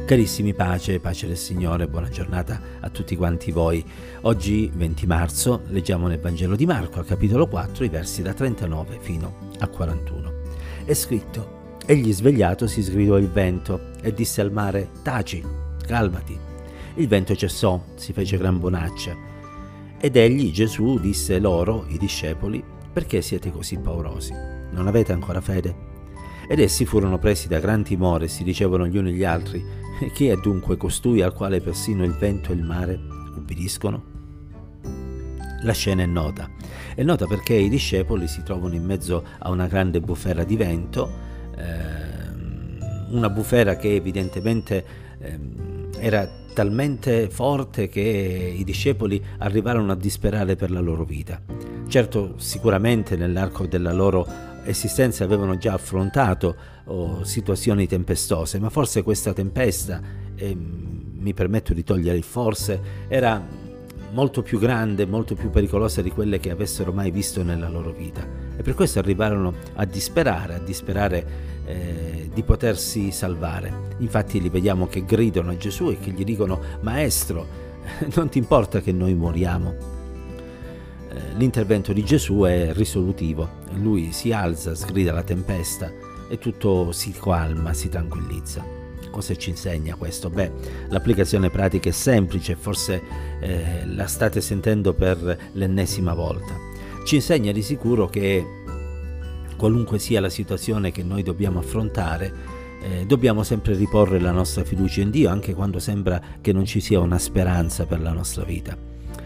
Carissimi, pace del Signore, buona giornata a tutti quanti voi. Oggi, 20 marzo, leggiamo nel Vangelo di Marco, al capitolo 4, i versi da 39 fino a 41. È scritto: egli svegliato si sgridò il vento e disse al mare: taci, calmati. Il vento cessò, si fece gran bonaccia. Ed egli, Gesù, disse loro, i discepoli: perché siete così paurosi? Non avete ancora fede? Ed essi furono presi da gran timore e si dicevano gli uni agli altri: chi è dunque costui al quale persino il vento e il mare ubbidiscono? La scena è nota perché i discepoli si trovano in mezzo a una grande bufera di vento, una bufera che evidentemente era talmente forte che i discepoli arrivarono a disperare per la loro vita. Certo, sicuramente nell'arco della loro esistenza avevano già affrontato situazioni tempestose, ma forse questa tempesta, mi permetto di togliere il forse, era molto più grande, molto più pericolosa di quelle che avessero mai visto nella loro vita, e per questo arrivarono a disperare di potersi salvare. Infatti li vediamo che gridano a Gesù e che gli dicono: Maestro, non ti importa che noi moriamo? L'intervento di Gesù è risolutivo, lui si alza, sgrida la tempesta e tutto si calma, si tranquillizza. Cosa ci insegna questo? L'applicazione pratica è semplice, forse la state sentendo per l'ennesima volta. Ci insegna di sicuro che qualunque sia la situazione che noi dobbiamo affrontare, dobbiamo sempre riporre la nostra fiducia in Dio, anche quando sembra che non ci sia una speranza per la nostra vita.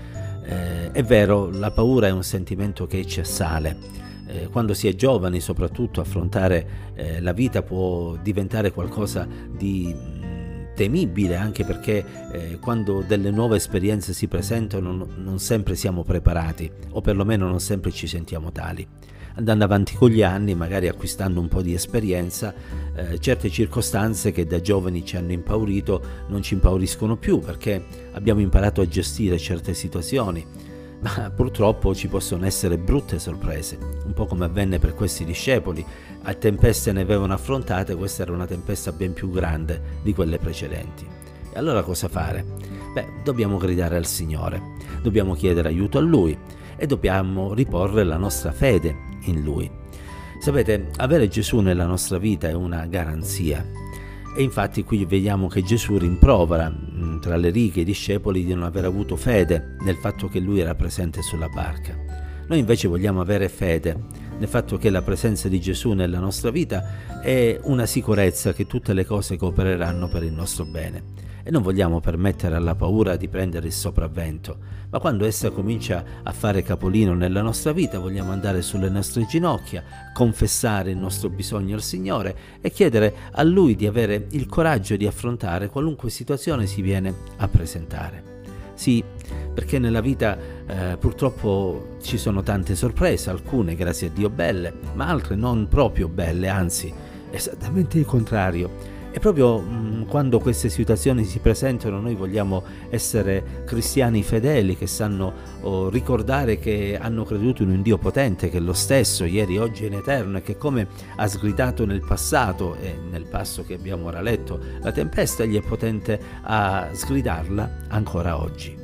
È vero, la paura è un sentimento che ci assale. Quando si è giovani, soprattutto, affrontare la vita può diventare qualcosa di temibile, anche perché quando delle nuove esperienze si presentano non sempre siamo preparati, o perlomeno non sempre ci sentiamo tali. Andando avanti con gli anni, magari acquistando un po' di esperienza, certe circostanze che da giovani ci hanno impaurito non ci impauriscono più, perché abbiamo imparato a gestire certe situazioni, ma purtroppo ci possono essere brutte sorprese, un po' come avvenne per questi discepoli. A tempeste ne avevano affrontate, questa era una tempesta ben più grande di quelle precedenti. E allora cosa fare? Dobbiamo gridare al Signore, dobbiamo chiedere aiuto a Lui e dobbiamo riporre la nostra fede in Lui. Sapete, avere Gesù nella nostra vita è una garanzia, e infatti qui vediamo che Gesù rimprovera tra le righe i discepoli di non aver avuto fede nel fatto che Lui era presente sulla barca. Noi invece vogliamo avere fede nel fatto che la presenza di Gesù nella nostra vita è una sicurezza che tutte le cose coopereranno per il nostro bene, e non vogliamo permettere alla paura di prendere il sopravvento, ma quando essa comincia a fare capolino nella nostra vita vogliamo andare sulle nostre ginocchia, confessare il nostro bisogno al Signore e chiedere a Lui di avere il coraggio di affrontare qualunque situazione si viene a presentare. Sì, perché nella vita purtroppo ci sono tante sorprese, alcune grazie a Dio belle, ma altre non proprio belle, anzi esattamente il contrario. E proprio quando queste situazioni si presentano, noi vogliamo essere cristiani fedeli che sanno ricordare che hanno creduto in un Dio potente, che è lo stesso ieri, oggi e in eterno, e che come ha sgridato nel passato e nel passo che abbiamo ora letto la tempesta, egli è potente a sgridarla ancora oggi.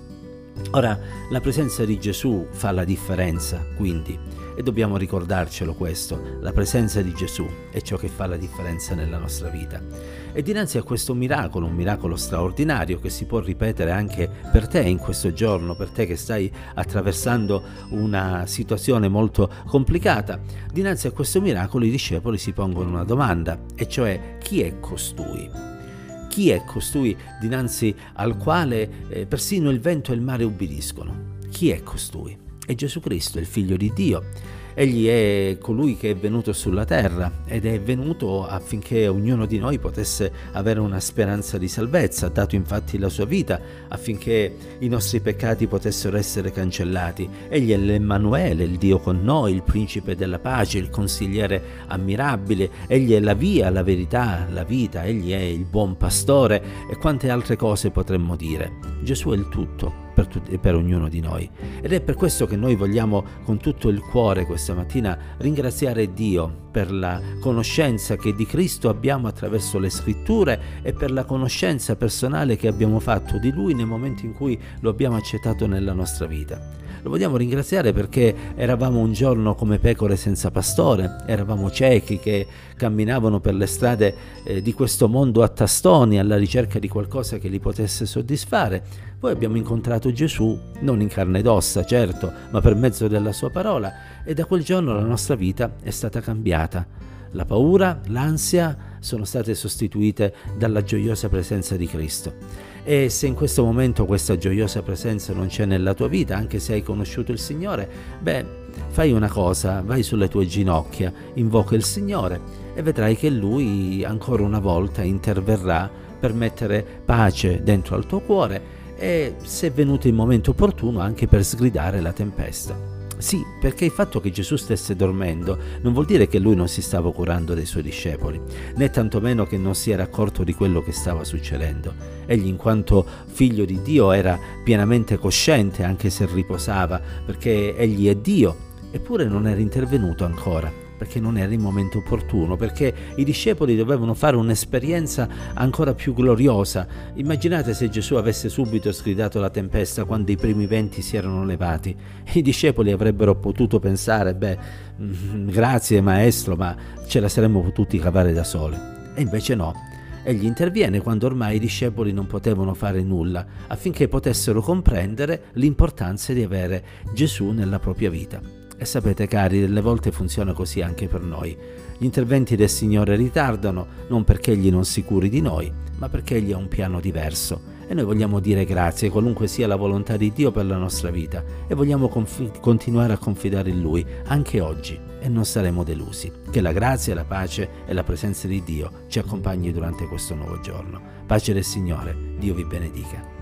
Ora, la presenza di Gesù fa la differenza, quindi, e dobbiamo ricordarcelo questo: la presenza di Gesù è ciò che fa la differenza nella nostra vita. E dinanzi a questo miracolo, un miracolo straordinario che si può ripetere anche per te in questo giorno, per te che stai attraversando una situazione molto complicata, dinanzi a questo miracolo i discepoli si pongono una domanda, e cioè: chi è costui? Chi è costui dinanzi al quale persino il vento e il mare ubbidiscono? Chi è costui? È Gesù Cristo, il Figlio di Dio. Egli è colui che è venuto sulla terra ed è venuto affinché ognuno di noi potesse avere una speranza di salvezza. Ha dato infatti la sua vita affinché i nostri peccati potessero essere cancellati. Egli è l'Emmanuele, il Dio con noi, il Principe della pace, il Consigliere ammirabile. Egli è la via, la verità, la vita. Egli è il buon pastore, e quante altre cose potremmo dire. Gesù è il tutto per ognuno di noi. Ed è per questo che noi vogliamo con tutto il cuore questa mattina ringraziare Dio per la conoscenza che di Cristo abbiamo attraverso le Scritture e per la conoscenza personale che abbiamo fatto di Lui nel momento in cui lo abbiamo accettato nella nostra vita. Lo vogliamo ringraziare perché eravamo un giorno come pecore senza pastore, eravamo ciechi che camminavano per le strade di questo mondo a tastoni alla ricerca di qualcosa che li potesse soddisfare. Poi abbiamo incontrato Gesù, non in carne ed ossa, certo, ma per mezzo della sua parola, e da quel giorno la nostra vita è stata cambiata. La paura, l'ansia sono state sostituite dalla gioiosa presenza di Cristo. E se in questo momento questa gioiosa presenza non c'è nella tua vita, anche se hai conosciuto il Signore, fai una cosa, vai sulle tue ginocchia, invoca il Signore e vedrai che Lui ancora una volta interverrà per mettere pace dentro al tuo cuore e, se è venuto il momento opportuno, anche per sgridare la tempesta. Sì, perché il fatto che Gesù stesse dormendo non vuol dire che Lui non si stava curando dei Suoi discepoli, né tantomeno che non si era accorto di quello che stava succedendo. Egli, in quanto Figlio di Dio, era pienamente cosciente, anche se riposava, perché Egli è Dio, eppure non era intervenuto ancora, perché non era il momento opportuno, perché i discepoli dovevano fare un'esperienza ancora più gloriosa. Immaginate se Gesù avesse subito sgridato la tempesta quando i primi venti si erano levati. I discepoli avrebbero potuto pensare, grazie maestro, ma ce la saremmo potuti cavare da soli. E invece no. Egli interviene quando ormai i discepoli non potevano fare nulla, affinché potessero comprendere l'importanza di avere Gesù nella propria vita. E sapete cari, delle volte funziona così anche per noi. Gli interventi del Signore ritardano, non perché Egli non si curi di noi, ma perché Egli ha un piano diverso. E noi vogliamo dire grazie, qualunque sia la volontà di Dio per la nostra vita, e vogliamo continuare a confidare in Lui, anche oggi, e non saremo delusi. Che la grazia, la pace e la presenza di Dio ci accompagni durante questo nuovo giorno. Pace del Signore, Dio vi benedica.